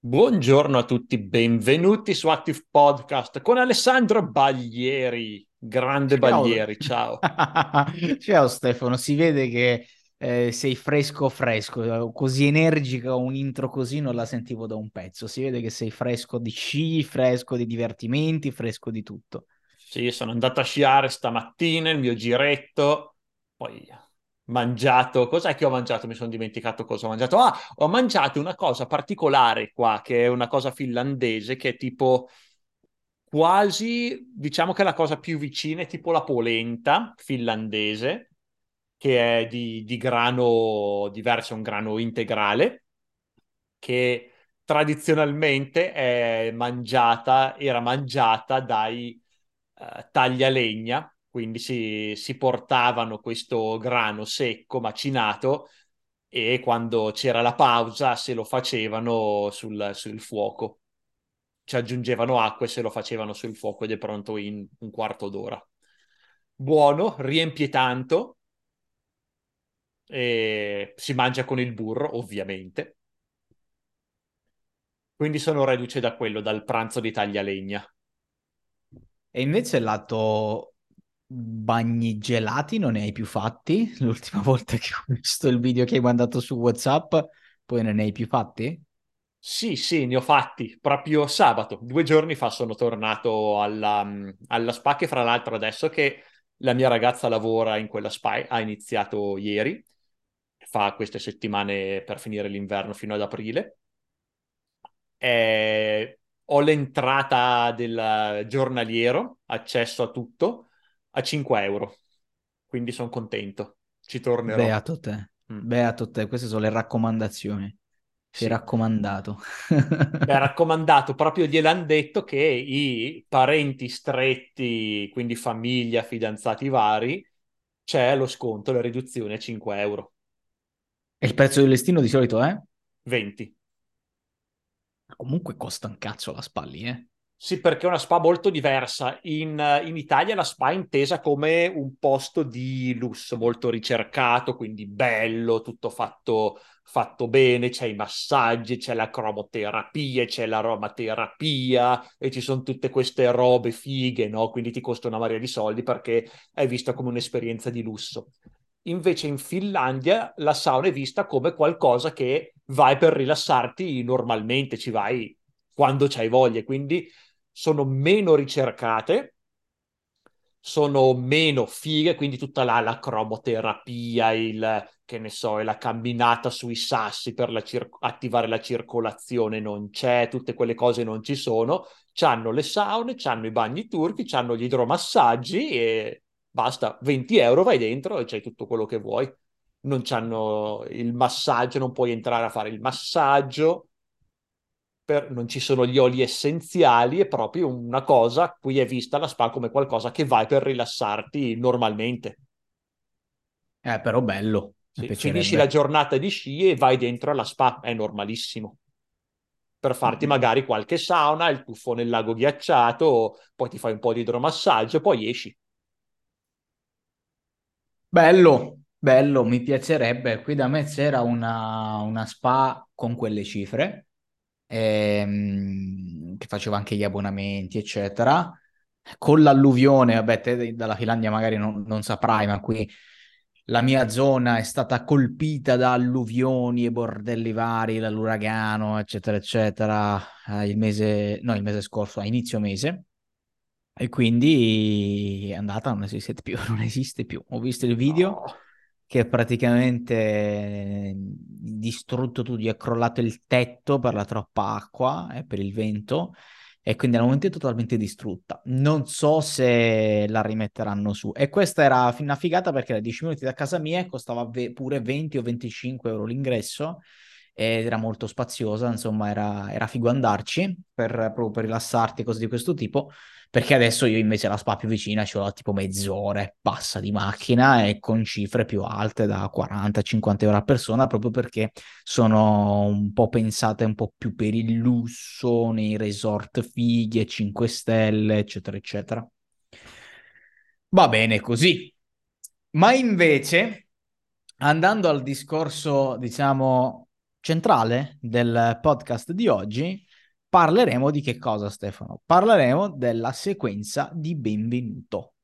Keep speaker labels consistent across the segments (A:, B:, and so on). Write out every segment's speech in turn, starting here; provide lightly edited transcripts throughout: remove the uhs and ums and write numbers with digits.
A: Buongiorno a tutti, benvenuti su Active Podcast con Alessandro Baglieri, grande
B: Ciao.
A: Baglieri, ciao.
B: Ciao Stefano, si vede che sei fresco fresco, così energica, un intro così non la sentivo da un pezzo, si vede che sei fresco di sci, fresco di divertimenti, fresco di tutto.
A: Sì, sono andato a sciare stamattina, il mio giretto, poi mangiato, cos'è che ho mangiato? Mi sono dimenticato cosa ho mangiato. Ah, ho mangiato una cosa particolare qua, che è una cosa finlandese, che è tipo quasi, diciamo che la cosa più vicina è tipo la polenta finlandese, che è di grano diverso, è un grano integrale, che tradizionalmente era mangiata dai taglialegna, quindi si portavano questo grano secco, macinato, e quando c'era la pausa se lo facevano sul fuoco. Ci aggiungevano acqua e se lo facevano sul fuoco ed è pronto in un quarto d'ora. Buono, riempie tanto e si mangia con il burro, ovviamente. Quindi sono reduce da quello, dal pranzo di taglialegna.
B: E invece il lato bagni gelati non ne hai più fatti? L'ultima volta che ho visto il video che hai mandato su WhatsApp, poi non ne hai più fatti?
A: Sì, sì, ne ho fatti proprio sabato. 2 giorni fa sono tornato alla SPA, che fra l'altro adesso che la mia ragazza lavora in quella SPA, ha iniziato ieri, fa queste settimane per finire l'inverno fino ad aprile. Ho l'entrata del giornaliero, accesso a tutto, a 5 euro. Quindi sono contento. Ci tornerò.
B: Beato te,
A: Mm,
B: beato te, queste sono le raccomandazioni. Sei
A: sì.
B: raccomandato.
A: È raccomandato, proprio gliel'hanno detto che i parenti stretti, quindi famiglia, fidanzati vari, c'è lo sconto, la riduzione a 5 euro,
B: E il prezzo del listino di solito è?
A: 20.
B: Comunque costa un cazzo la spalli, eh?
A: Sì, perché è una spa molto diversa. In Italia la spa è intesa come un posto di lusso molto ricercato, quindi bello, tutto fatto bene, c'è i massaggi, c'è la cromoterapia, c'è l'aromaterapia e ci sono tutte queste robe fighe, no? Quindi ti costa una marea di soldi perché è vista come un'esperienza di lusso. Invece in Finlandia la sauna è vista come qualcosa che vai per rilassarti normalmente, ci vai quando c'hai voglia, quindi sono meno ricercate, sono meno fighe, quindi tutta la cromoterapia, che ne so, e la camminata sui sassi per attivare la circolazione non c'è, tutte quelle cose non ci sono. C'hanno le saune, c'hanno i bagni turchi, c'hanno gli idromassaggi e basta, 20 euro vai dentro e c'hai tutto quello che vuoi. Non c'hanno il massaggio, non puoi entrare a fare il massaggio, non ci sono gli oli essenziali, è proprio una cosa, qui è vista la spa come qualcosa che vai per rilassarti normalmente.
B: Però bello, mi
A: Sì, finisci la
B: piacerebbe.
A: giornata di sci e vai dentro alla spa, è normalissimo. Per
B: Mm,
A: farti
B: mm, mm.
A: magari qualche sauna, il tuffo nel lago ghiacciato, poi ti fai un po' di idromassaggio, poi esci.
B: Bello, bello, mi piacerebbe. Qui da me c'era una spa con quelle cifre, che faceva anche gli abbonamenti, eccetera. Con l'alluvione, vabbè, te dalla Finlandia magari non saprai, ma qui la mia zona è stata colpita da alluvioni e bordelli vari, dall'uragano, eccetera, eccetera, no, il mese scorso, a inizio mese. E quindi è andata, non esiste più, non esiste più. Ho visto il video
A: No.
B: che è praticamente distrutto tutto, gli è crollato il tetto per la troppa acqua e per il vento e quindi al momento è totalmente distrutta. Non so se la rimetteranno su. E questa era una figata perché era 10 minuti da casa mia e costava pure 20 o 25 euro l'ingresso ed era molto spaziosa, insomma era figo andarci proprio per rilassarti e cose di questo tipo, perché adesso io invece la spa più vicina ci ho tipo mezz'ora e passa di macchina e con cifre più alte da 40-50 euro a persona, proprio perché sono un po' pensate un po' più per il lusso, nei resort fighi e 5 stelle, eccetera, eccetera. Va bene così. Ma invece, andando al discorso, diciamo, centrale del podcast di oggi parleremo di che cosa, Stefano? Parleremo della sequenza di benvenuto.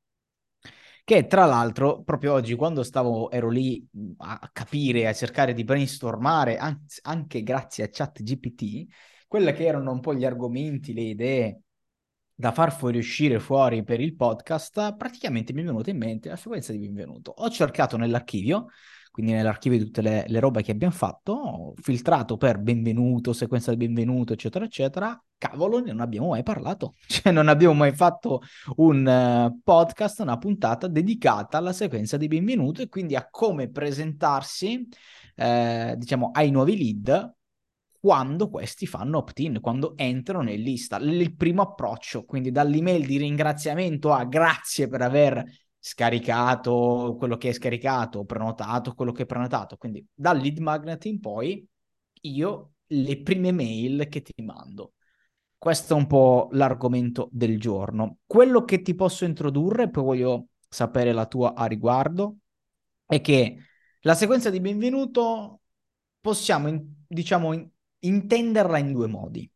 B: Che tra l'altro, proprio oggi, quando ero lì a capire, a cercare di brainstormare, anche grazie a ChatGPT, quelle che erano un po' gli argomenti, le idee da far fuoriuscire fuori per il podcast, praticamente mi è venuta in mente la sequenza di benvenuto. Ho cercato nell'archivio, quindi nell'archivio di tutte le robe che abbiamo fatto, ho filtrato per benvenuto, sequenza di benvenuto, eccetera, eccetera. Cavolo, non abbiamo mai parlato. Cioè, non abbiamo mai fatto un podcast, una puntata dedicata alla sequenza di benvenuto e quindi a come presentarsi, diciamo, ai nuovi lead quando questi fanno opt-in, quando entrano in lista. Il primo approccio, quindi dall'email di ringraziamento a grazie per aver scaricato quello che è scaricato, prenotato quello che è prenotato. Quindi dal lead magnet in poi io le prime mail che ti mando. Questo è un po' l'argomento del giorno. Quello che ti posso introdurre, poi voglio sapere la tua a riguardo, è che la sequenza di benvenuto possiamo, diciamo, intenderla in due modi.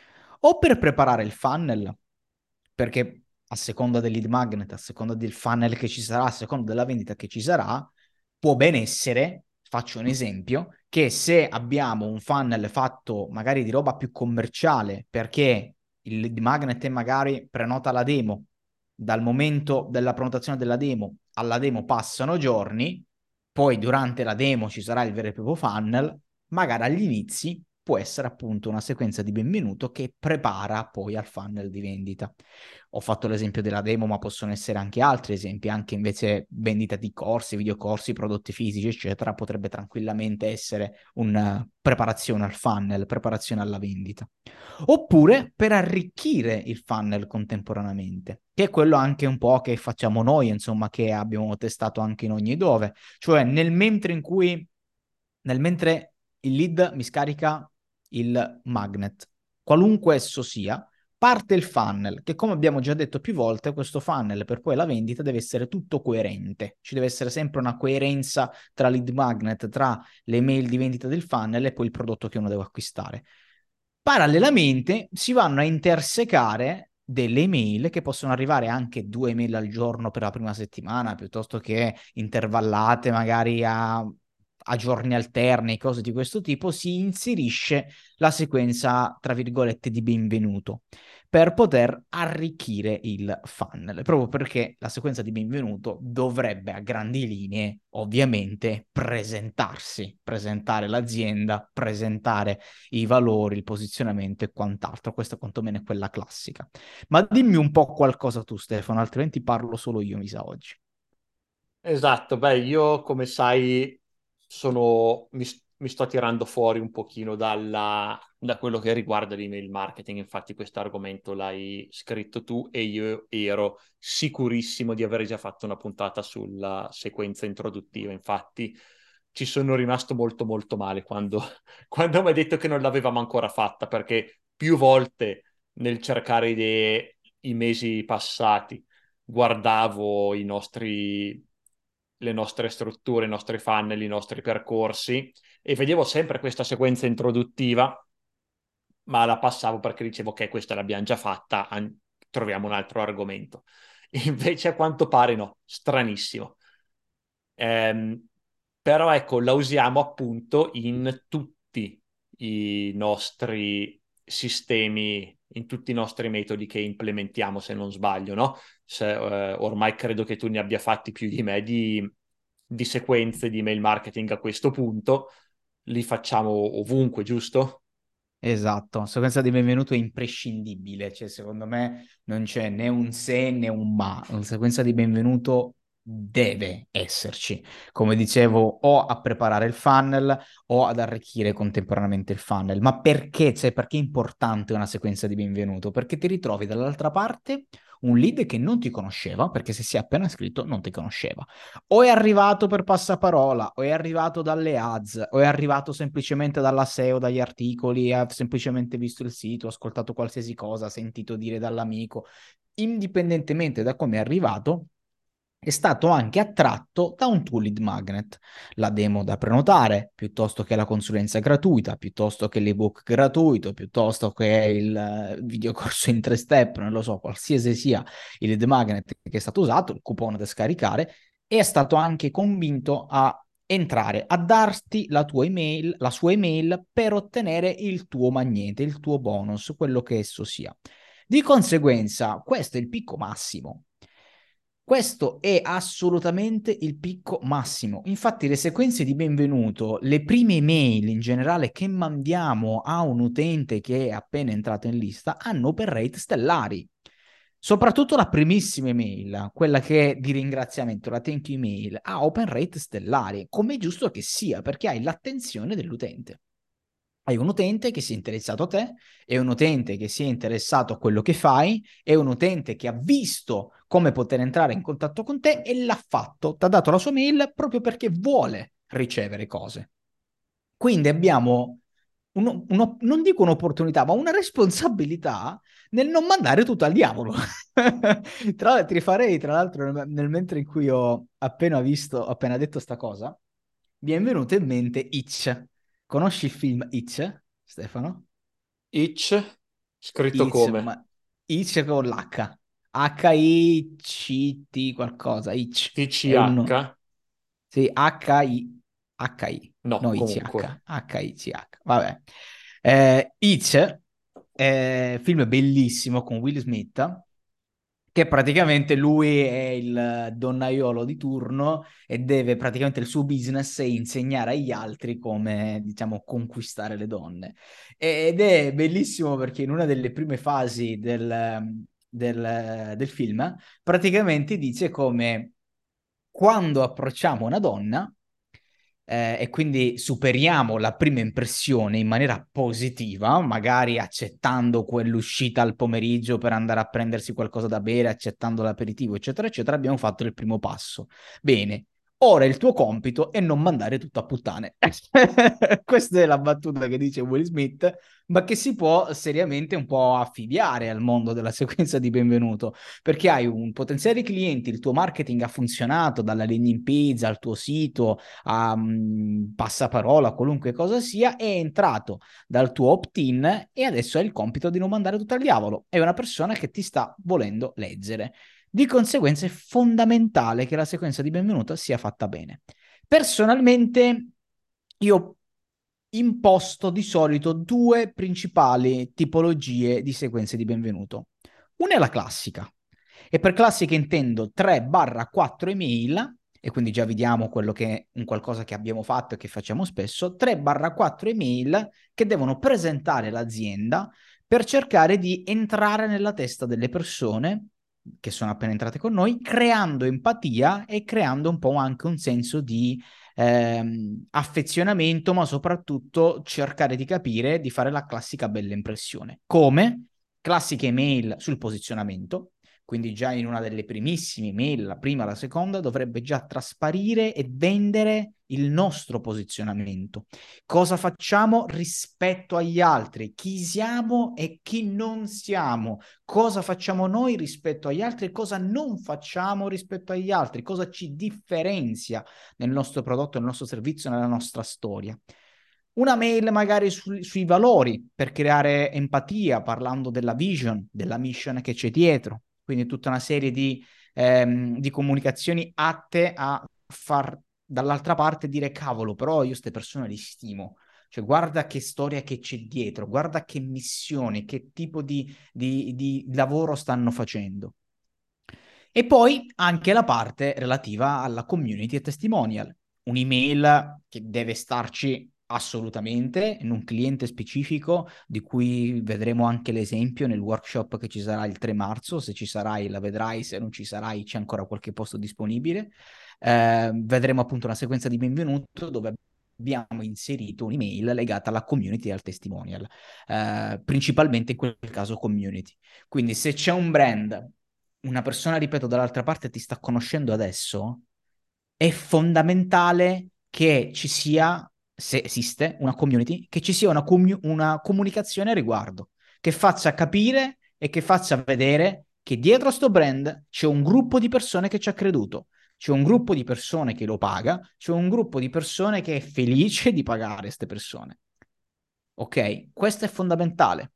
B: O per preparare il funnel, perché a seconda del lead magnet, a seconda del funnel che ci sarà, a seconda della vendita che ci sarà, può ben essere, faccio un esempio, che se abbiamo un funnel fatto magari di roba più commerciale, perché il lead magnet magari prenota la demo, dal momento della prenotazione della demo alla demo passano giorni, poi durante la demo ci sarà il vero e proprio funnel, magari agli inizi può essere appunto una sequenza di benvenuto che prepara poi al funnel di vendita. Ho fatto l'esempio della demo, ma possono essere anche altri esempi, anche invece vendita di corsi, videocorsi, prodotti fisici, eccetera, potrebbe tranquillamente essere una preparazione al funnel, preparazione alla vendita. Oppure per arricchire il funnel contemporaneamente, che è quello anche un po' che facciamo noi, insomma, che abbiamo testato anche in ogni dove. Cioè, nel mentre il lead mi scarica il magnet, qualunque esso sia, parte il funnel, che come abbiamo già detto più volte, questo funnel per poi la vendita deve essere tutto coerente. Ci deve essere sempre una coerenza tra lead magnet, tra le mail di vendita del funnel e poi il prodotto che uno deve acquistare. Parallelamente si vanno a intersecare delle email che possono arrivare anche 2 email al giorno per la prima settimana, piuttosto che intervallate magari a giorni alterni, cose di questo tipo, si inserisce la sequenza, tra virgolette, di benvenuto per poter arricchire il funnel, proprio perché la sequenza di benvenuto dovrebbe a grandi linee, ovviamente, presentarsi, presentare l'azienda, presentare i valori, il posizionamento e quant'altro. Questa quantomeno è quella classica. Ma dimmi un po' qualcosa tu, Stefano, altrimenti parlo solo io, mi sa, oggi.
A: Esatto, beh, io come sai mi sto tirando fuori un pochino da quello che riguarda l'email marketing, infatti questo argomento l'hai scritto tu e io ero sicurissimo di aver già fatto una puntata sulla sequenza introduttiva, infatti ci sono rimasto molto molto male quando, quando mi hai detto che non l'avevamo ancora fatta, perché più volte nel cercare idee i mesi passati guardavo le nostre strutture, i nostri funnel, i nostri percorsi e vedevo sempre questa sequenza introduttiva, ma la passavo perché dicevo che questa l'abbiamo già fatta, troviamo un altro argomento. Invece a quanto pare no, stranissimo. Ehm, Però ecco, la usiamo appunto in tutti i nostri sistemi, in tutti i nostri metodi che implementiamo, se non sbaglio, no? Ormai credo che tu ne abbia fatti più di me di sequenze di email marketing a questo punto, li facciamo ovunque, giusto?
B: Esatto, sequenza di benvenuto è imprescindibile, cioè secondo me non c'è né un se né un ma, una sequenza di benvenuto deve esserci, come dicevo, o a preparare il funnel o ad arricchire contemporaneamente il funnel. Ma perché? Cioè, perché è importante una sequenza di benvenuto? Perché ti ritrovi dall'altra parte un lead che non ti conosceva, perché se si è appena iscritto non ti conosceva o è arrivato per passaparola, o è arrivato dalle ads, o è arrivato semplicemente dalla SEO, dagli articoli, ha semplicemente visto il sito, ha ascoltato qualsiasi cosa, ha sentito dire dall'amico. Indipendentemente da come è arrivato, è stato anche attratto da un tool lead magnet, la demo da prenotare, piuttosto che la consulenza gratuita, piuttosto che l'ebook gratuito, piuttosto che il videocorso in 3 step, non lo so, qualsiasi sia il lead magnet che è stato usato, il coupon da scaricare, e è stato anche convinto a entrare, a darti la tua email, la sua email per ottenere il tuo magnete, il tuo bonus, quello che esso sia. Di conseguenza, questo è il picco massimo. Questo è assolutamente il picco massimo. Infatti, le sequenze di benvenuto, le prime email in generale che mandiamo a un utente che è appena entrato in lista, hanno open rate stellari. Soprattutto la primissima email, quella che è di ringraziamento, la thank you email, ha open rate stellari, come è giusto che sia, perché hai l'attenzione dell'utente. Hai un utente che si è interessato a te, è un utente che si è interessato a quello che fai, è un utente che ha visto come poter entrare in contatto con te e l'ha fatto, ti ha dato la sua mail proprio perché vuole ricevere cose. Quindi abbiamo, non dico un'opportunità, ma una responsabilità nel non mandare tutto al diavolo. Ti rifarei, tra l'altro, nel mentre in cui ho appena visto, ho appena detto sta cosa, mi è venuto in mente Itch. Conosci il film Itch, Stefano?
A: Itch, scritto
B: Itch,
A: come?
B: ma Itch con l'H. H-I-C-T qualcosa, Itch. È un...
A: TCH?
B: Sì, H-I, H-I,
A: No,
B: no
A: comunque.
B: I-C-H, H-I-C-H, vabbè. Itch, film bellissimo con Will Smith, che praticamente lui è il donnaiolo di turno e deve praticamente il suo business è insegnare agli altri come, diciamo, conquistare le donne. Ed è bellissimo perché in una delle prime fasi del film praticamente dice come quando approcciamo una donna e quindi superiamo la prima impressione in maniera positiva, magari accettando quell'uscita al pomeriggio per andare a prendersi qualcosa da bere, accettando l'aperitivo, eccetera, eccetera, abbiamo fatto il primo passo. Bene, ora il tuo compito è non mandare tutto a puttane. Questa è la battuta che dice Will Smith, ma che si può seriamente un po' affibbiare al mondo della sequenza di benvenuto, perché hai un potenziale cliente, il tuo marketing ha funzionato dalla landing page al tuo sito a passaparola, qualunque cosa sia, è entrato dal tuo opt-in e adesso hai il compito di non mandare tutto al diavolo. È una persona che ti sta volendo leggere. Di conseguenza è fondamentale che la sequenza di benvenuto sia fatta bene. Personalmente, io imposto di solito due principali tipologie di sequenze di benvenuto. Una è la classica, e per classica intendo 3-4 email, e quindi già vediamo quello che è un qualcosa che abbiamo fatto e che facciamo spesso, 3-4 email che devono presentare l'azienda per cercare di entrare nella testa delle persone che sono appena entrate con noi, creando empatia e creando un po' anche un senso di affezionamento, ma soprattutto cercare di capire, di fare la classica bella impressione. Come? Classiche email sul posizionamento, quindi già in una delle primissime email, la prima, la seconda, dovrebbe già trasparire e vendere il nostro posizionamento. Cosa facciamo rispetto agli altri? Chi siamo e chi non siamo? Cosa facciamo noi rispetto agli altri e cosa non facciamo rispetto agli altri? Cosa ci differenzia nel nostro prodotto, nel nostro servizio, nella nostra storia? Una mail magari sui valori per creare empatia, parlando della vision, della mission che c'è dietro. Quindi tutta una serie di comunicazioni atte a far dall'altra parte dire cavolo, però io queste persone li stimo. Cioè, guarda che storia che c'è dietro, guarda che missione, che tipo di lavoro stanno facendo. E poi anche la parte relativa alla community e testimonial. Un'email che deve starci assolutamente in un cliente specifico di cui vedremo anche l'esempio nel workshop che ci sarà il 3 marzo. Se ci sarai la vedrai, se non ci sarai c'è ancora qualche posto disponibile. Vedremo appunto una sequenza di benvenuto dove abbiamo inserito un'email legata alla community e al testimonial, principalmente in quel caso community. Quindi se c'è un brand, una persona, ripeto, dall'altra parte ti sta conoscendo adesso, è fondamentale che ci sia, se esiste, una community, che ci sia una comunicazione a riguardo, che faccia capire e che faccia vedere che dietro a sto brand c'è un gruppo di persone che ci ha creduto, C'è un gruppo di persone che lo paga, c'è un gruppo di persone che è felice di pagare queste persone. Ok? Questo è fondamentale.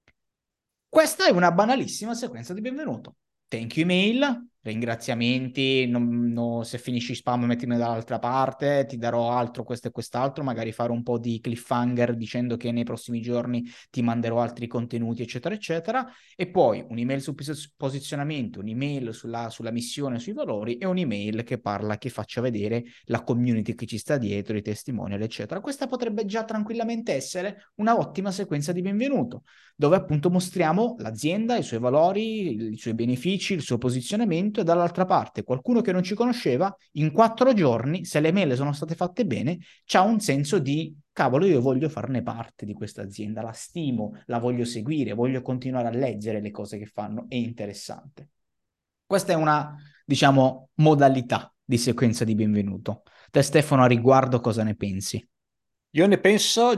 B: Questa è una banalissima sequenza di benvenuto. Thank you email, ringraziamenti, se finisci spam mettimi dall'altra parte, ti darò altro, questo e quest'altro, magari fare un po' di cliffhanger dicendo che nei prossimi giorni ti manderò altri contenuti, eccetera, eccetera, e poi un'email sul posizionamento, un'email sulla missione, sui valori e un'email che parla, che faccia vedere la community che ci sta dietro, i testimonial, eccetera. Questa potrebbe già tranquillamente essere una ottima sequenza di benvenuto dove appunto mostriamo l'azienda, i suoi valori, i suoi benefici, il suo posizionamento e dall'altra parte qualcuno che non ci conosceva, in 4 giorni, se le mail sono state fatte bene, c'ha un senso di cavolo, io voglio farne parte di questa azienda, la stimo, la voglio seguire, voglio continuare a leggere le cose che fanno, è interessante. Questa è una, diciamo, modalità di sequenza di benvenuto. Te Stefano, a riguardo cosa ne pensi?
A: Io ne penso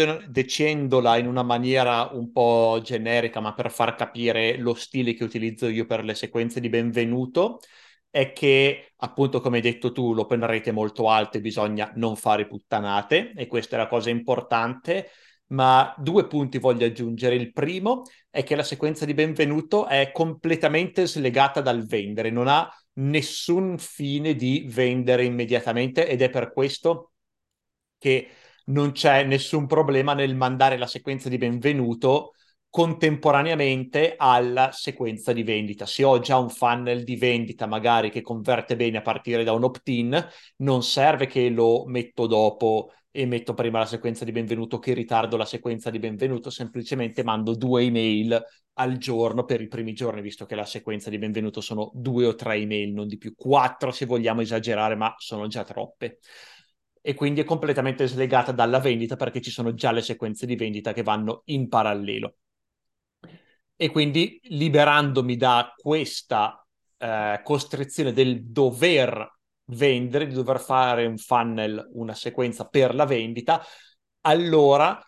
A: dicendola in una maniera un po' generica, ma per far capire lo stile che utilizzo io per le sequenze di benvenuto, è che, appunto, come hai detto tu, l'open rate è molto alto e bisogna non fare puttanate, e questa è la cosa importante, ma 2 punti voglio aggiungere. Il primo è che la sequenza di benvenuto è completamente slegata dal vendere, non ha nessun fine di vendere immediatamente, ed è per questo che non c'è nessun problema nel mandare la sequenza di benvenuto contemporaneamente alla sequenza di vendita. Se ho già un funnel di vendita magari che converte bene a partire da un opt-in, non serve che lo metto dopo e metto prima la sequenza di benvenuto, che ritardo la sequenza di benvenuto, semplicemente mando 2 email al giorno per i primi giorni, visto che la sequenza di benvenuto sono 2 o 3 email, non di più, 4 se vogliamo esagerare, ma sono già troppe. E quindi è completamente slegata dalla vendita perché ci sono già le sequenze di vendita che vanno in parallelo. E quindi liberandomi da questa costrizione del dover vendere, di dover fare un funnel, una sequenza per la vendita, allora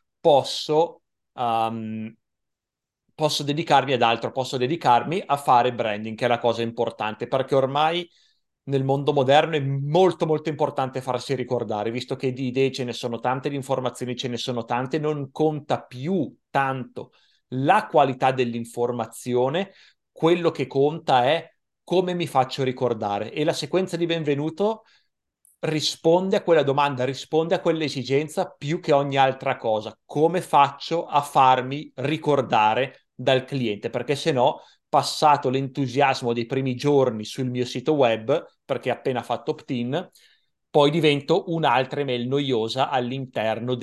A: posso dedicarmi ad altro, posso dedicarmi a fare branding, che è la cosa importante, perché ormai nel mondo moderno è molto molto importante farsi ricordare, visto che di idee ce ne sono tante, di informazioni ce ne sono tante, non conta più tanto la qualità dell'informazione, quello che conta è come mi faccio ricordare. E la sequenza di benvenuto risponde a quella domanda, risponde a quell'esigenza più che ogni altra cosa. Come faccio a farmi ricordare dal cliente? Perché se no, passato l'entusiasmo dei primi giorni sul mio sito web, perché ho appena fatto opt-in, poi divento un'altra email noiosa all'interno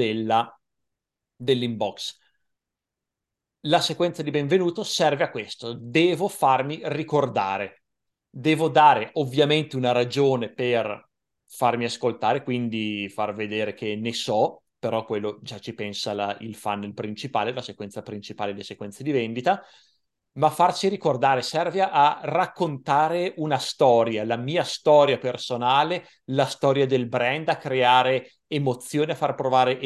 A: dell'inbox. La sequenza di benvenuto serve a questo, devo farmi ricordare, devo dare ovviamente una ragione per farmi ascoltare, quindi far vedere che ne so, però quello già ci pensa il funnel principale, la sequenza principale delle sequenze di vendita, ma farsi ricordare serve a raccontare una storia, la mia storia personale, la storia del brand, a creare emozione, a far provare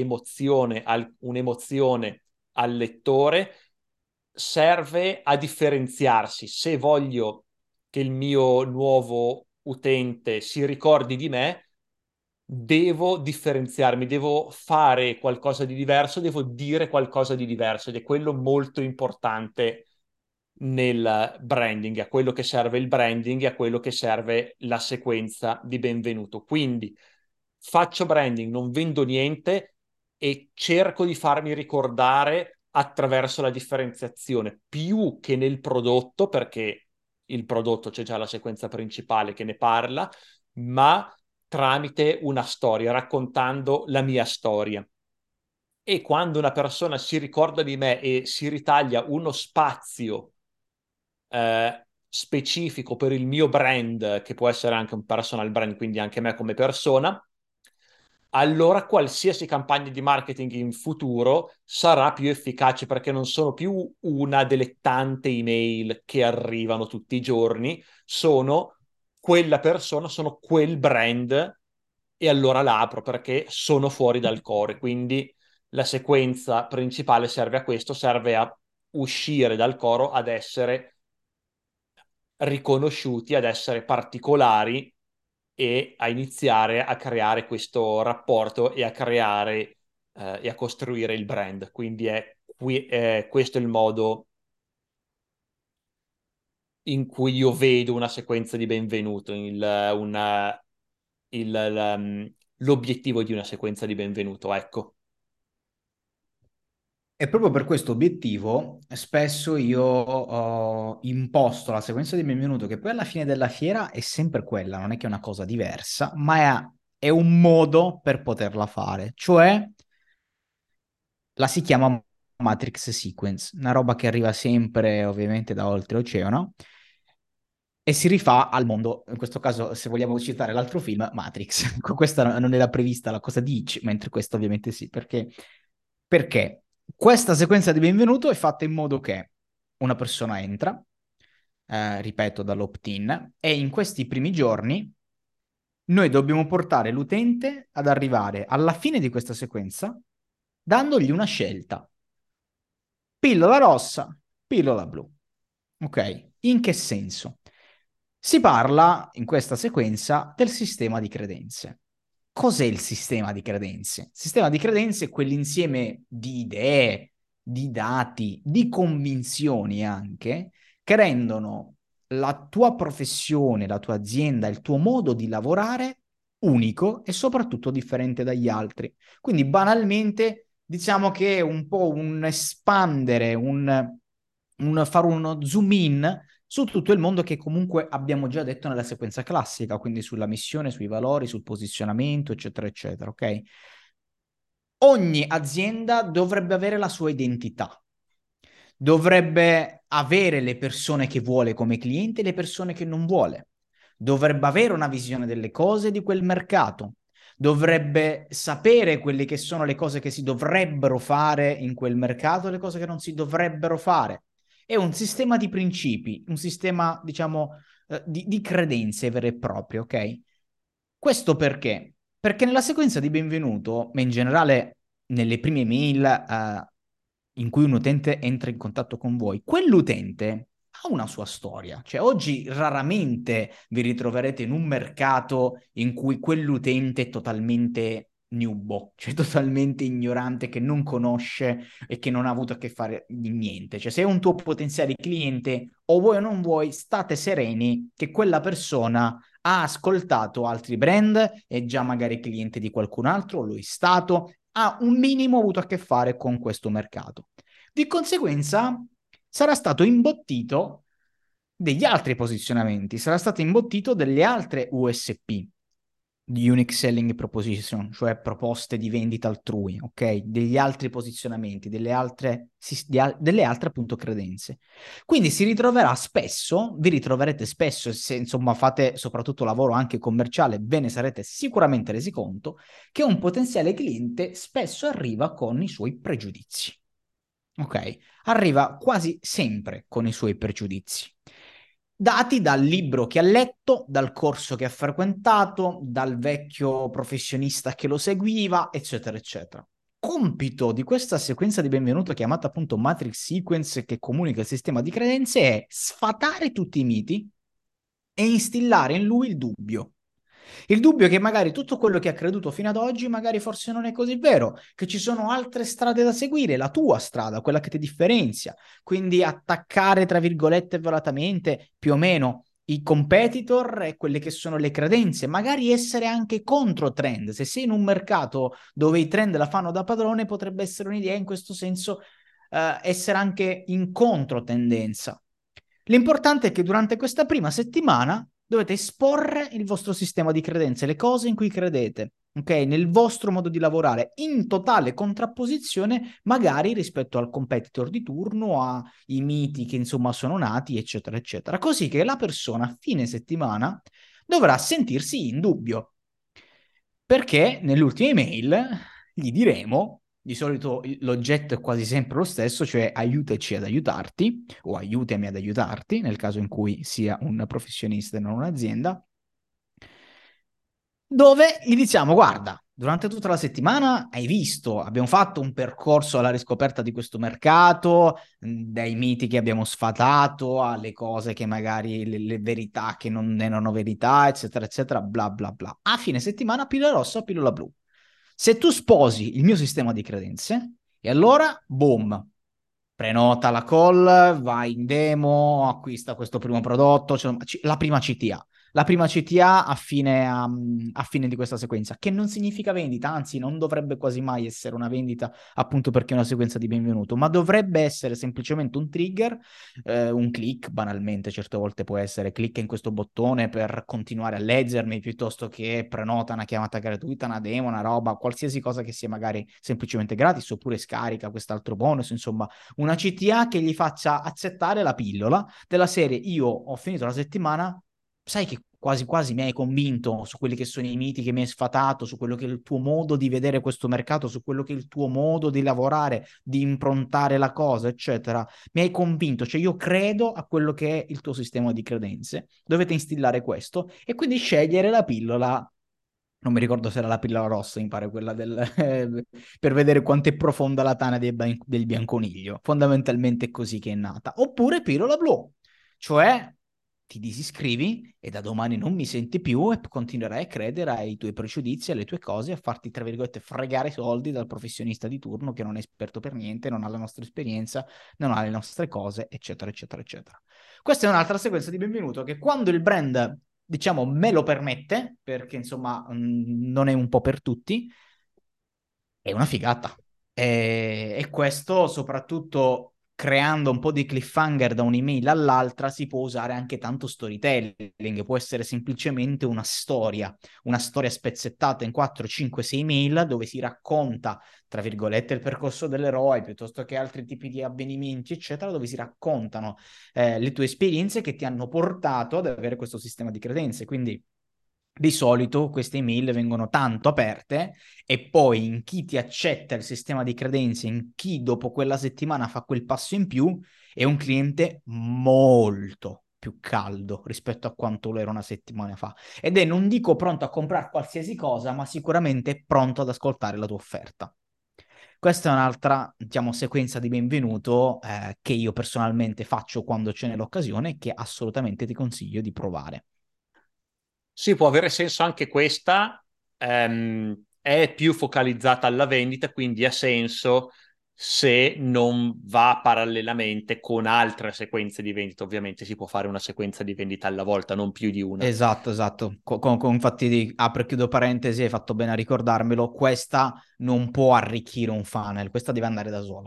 A: un'emozione al lettore, serve a differenziarsi. Se voglio che il mio nuovo utente si ricordi di me, devo differenziarmi, devo fare qualcosa di diverso, devo dire qualcosa di diverso, ed è quello molto importante nel branding, a quello che serve il branding e a quello che serve la sequenza di benvenuto. Quindi faccio branding, non vendo niente e cerco di farmi ricordare attraverso la differenziazione, più che nel prodotto, perché il prodotto c'è già la sequenza principale che ne parla, ma tramite una storia, raccontando la mia storia. E quando una persona si ricorda di me e si ritaglia uno spazio specifico per il mio brand, che può essere anche un personal brand, quindi anche me come persona, allora qualsiasi campagna di marketing in futuro sarà più efficace, perché non sono più una delle tante email che arrivano tutti i giorni, sono quella persona, sono quel brand, e allora la apro perché sono fuori dal core. Quindi la sequenza principale serve a questo, serve a uscire dal coro, ad essere riconosciuti, ad essere particolari e a iniziare a creare questo rapporto e a creare e a costruire il brand. Quindi questo è il modo in cui io vedo una sequenza di benvenuto, l'obiettivo di una sequenza di benvenuto, ecco.
B: E proprio per questo obiettivo, spesso io ho imposto la sequenza di benvenuto, che poi alla fine della fiera è sempre quella, non è che è una cosa diversa, ma è un modo per poterla fare. Cioè, la si chiama Matrix Sequence, una roba che arriva sempre, ovviamente, da oltreoceano e si rifà al mondo. In questo caso, se vogliamo citare l'altro film, Matrix. Questa non era prevista la cosa di Hitch, mentre questa ovviamente sì. Perché questa sequenza di benvenuto è fatta in modo che una persona entra, ripeto, dall'opt-in, e in questi primi giorni noi dobbiamo portare l'utente ad arrivare alla fine di questa sequenza dandogli una scelta. Pillola rossa, pillola blu. Ok? In che senso? Si parla in questa sequenza del sistema di credenze. Cos'è il sistema di credenze? Il sistema di credenze è quell'insieme di idee, di dati, di convinzioni anche, che rendono la tua professione, la tua azienda, il tuo modo di lavorare unico e soprattutto differente dagli altri. Quindi banalmente diciamo che è un po' un espandere, fare uno zoom in su tutto il mondo che comunque abbiamo già detto nella sequenza classica, quindi sulla missione, sui valori, sul posizionamento, eccetera, eccetera, ok? Ogni azienda dovrebbe avere la sua identità, dovrebbe avere le persone che vuole come cliente e le persone che non vuole, dovrebbe avere una visione delle cose di quel mercato, dovrebbe sapere quelle che sono le cose che si dovrebbero fare in quel mercato e le cose che non si dovrebbero fare. È un sistema di principi, un sistema, diciamo, di credenze vere e proprie, ok? Questo perché? Perché nella sequenza di benvenuto, ma in generale nelle prime mail in cui un utente entra in contatto con voi, quell'utente ha una sua storia. Cioè oggi raramente vi ritroverete in un mercato in cui quell'utente è totalmente newbo, cioè totalmente ignorante, che non conosce e che non ha avuto a che fare di niente. Cioè se è un tuo potenziale cliente, o vuoi o non vuoi, state sereni che quella persona ha ascoltato altri brand, è già magari cliente di qualcun altro, lo è stato, ha un minimo avuto a che fare con questo mercato. Di conseguenza sarà stato imbottito degli altri posizionamenti, sarà stato imbottito delle altre USP, di Unique Selling Proposition, cioè proposte di vendita altrui, ok? Degli altri posizionamenti, delle altre appunto credenze. Quindi si ritroverà spesso, vi ritroverete spesso, se insomma fate soprattutto lavoro anche commerciale, ve ne sarete sicuramente resi conto, che un potenziale cliente spesso arriva con i suoi pregiudizi. Ok? Arriva quasi sempre con i suoi pregiudizi, dati dal libro che ha letto, dal corso che ha frequentato, dal vecchio professionista che lo seguiva, eccetera, eccetera. Compito di questa sequenza di benvenuto chiamata appunto Matrix Sequence, che comunica il sistema di credenze, è sfatare tutti i miti e instillare in lui il dubbio. Il dubbio che magari tutto quello che ha creduto fino ad oggi magari forse non è così vero, che ci sono altre strade da seguire, la tua strada, quella che ti differenzia. Quindi attaccare, tra virgolette, violatamente più o meno i competitor e quelle che sono le credenze, magari essere anche contro trend. Se sei in un mercato dove i trend la fanno da padrone, potrebbe essere un'idea in questo senso essere anche in controtendenza. L'importante è che durante questa prima settimana dovete esporre il vostro sistema di credenze, le cose in cui credete, ok? Nel vostro modo di lavorare, in totale contrapposizione magari rispetto al competitor di turno, ai miti che insomma sono nati, eccetera, eccetera. Così che la persona a fine settimana dovrà sentirsi in dubbio, perché nell'ultima email gli diremo, di solito l'oggetto è quasi sempre lo stesso, cioè aiutaci ad aiutarti o aiutami ad aiutarti, nel caso in cui sia un professionista e non un'azienda. dove gli diciamo, guarda, durante tutta la settimana hai visto, abbiamo fatto un percorso alla riscoperta di questo mercato, dai miti che abbiamo sfatato alle cose che magari, le verità che non erano verità, eccetera, eccetera, bla bla bla. A fine settimana, pillola rossa o pillola blu. Se tu sposi il mio sistema di credenze, e allora, boom, prenota la call, vai in demo, acquista questo primo prodotto, cioè, la prima CTA. La prima CTA a fine di questa sequenza, che non significa vendita, anzi non dovrebbe quasi mai essere una vendita, appunto perché è una sequenza di benvenuto, ma dovrebbe essere semplicemente un trigger, un click, banalmente, certe volte può essere clicca in questo bottone per continuare a leggermi, piuttosto che prenota una chiamata gratuita, una demo, una roba, qualsiasi cosa che sia magari semplicemente gratis, oppure scarica quest'altro bonus, insomma una CTA che gli faccia accettare la pillola della serie io ho finito la settimana, sai che quasi quasi mi hai convinto su quelli che sono i miti che mi hai sfatato, su quello che è il tuo modo di vedere questo mercato, su quello che è il tuo modo di lavorare, di improntare la cosa, eccetera. Mi hai convinto, cioè io credo a quello che è il tuo sistema di credenze. Dovete instillare questo e quindi scegliere la pillola, non mi ricordo se era la pillola rossa, mi pare quella per vedere quanto è profonda la tana del bianconiglio. Fondamentalmente è così che è nata. Oppure pillola blu, cioè ti disiscrivi e da domani non mi senti più e continuerai a credere ai tuoi pregiudizi, alle tue cose, a farti, tra virgolette, fregare i soldi dal professionista di turno che non è esperto per niente, non ha la nostra esperienza, non ha le nostre cose, eccetera, eccetera, eccetera. Questa è un'altra sequenza di benvenuto che quando il brand diciamo, me lo permette, perché insomma non è un po' per tutti, è una figata. E questo soprattutto creando un po' di cliffhanger da un'email all'altra si può usare anche tanto storytelling, può essere semplicemente una storia spezzettata in 4, 5, 6 mail dove si racconta, tra virgolette, il percorso dell'eroe piuttosto che altri tipi di avvenimenti, eccetera, dove si raccontano le tue esperienze che ti hanno portato ad avere questo sistema di credenze. Quindi di solito queste email vengono tanto aperte e poi in chi ti accetta il sistema di credenze, in chi dopo quella settimana fa quel passo in più, è un cliente molto più caldo rispetto a quanto lo era una settimana fa. Ed è, non dico pronto a comprare qualsiasi cosa, ma sicuramente pronto ad ascoltare la tua offerta. Questa è un'altra, diciamo, sequenza di benvenuto che io personalmente faccio quando c'è l'occasione e che assolutamente ti consiglio di provare.
A: Sì, può avere senso anche questa, è più focalizzata alla vendita, quindi ha senso se non va parallelamente con altre sequenze di vendita. Ovviamente si può fare una sequenza di vendita alla volta, non più di una.
B: Esatto, esatto. Infatti, apro e chiudo parentesi, hai fatto bene a ricordarmelo. Questa non può arricchire un funnel, questa deve andare da sola.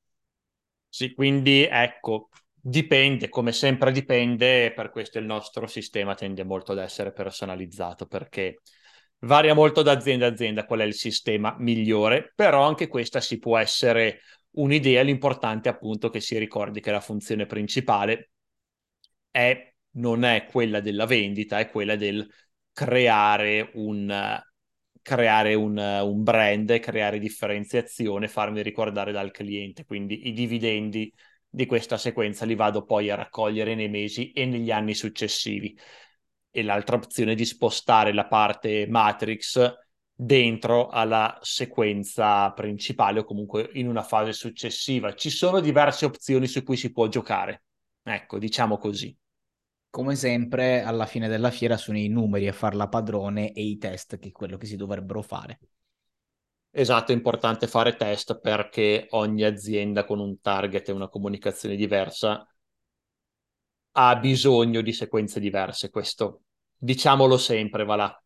A: Sì, quindi ecco, dipende, come sempre dipende, per questo il nostro sistema tende molto ad essere personalizzato perché varia molto da azienda a azienda qual è il sistema migliore, però anche questa si può essere un'idea, l'importante è appunto che si ricordi che la funzione principale non è quella della vendita, è quella del creare un brand, creare differenziazione, farmi ricordare dal cliente. Quindi i dividendi di questa sequenza li vado poi a raccogliere nei mesi e negli anni successivi. E l'altra opzione è di spostare la parte Matrix dentro alla sequenza principale o comunque in una fase successiva. Ci sono diverse opzioni su cui si può giocare. Ecco, diciamo così.
B: Come sempre, alla fine della fiera sono i numeri a far la padrone e i test, che è quello che si dovrebbero fare.
A: Esatto, è importante fare test perché ogni azienda con un target e una comunicazione diversa ha bisogno di sequenze diverse. Questo diciamolo sempre, va là.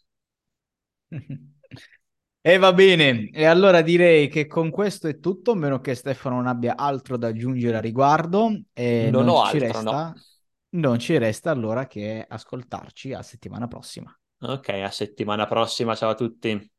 B: E va bene, e allora direi che con questo è tutto, a meno che Stefano non abbia altro da aggiungere a riguardo, e
A: Non ho altro, no.
B: non ci resta allora che ascoltarci a settimana prossima.
A: Ok, a settimana prossima, ciao a tutti.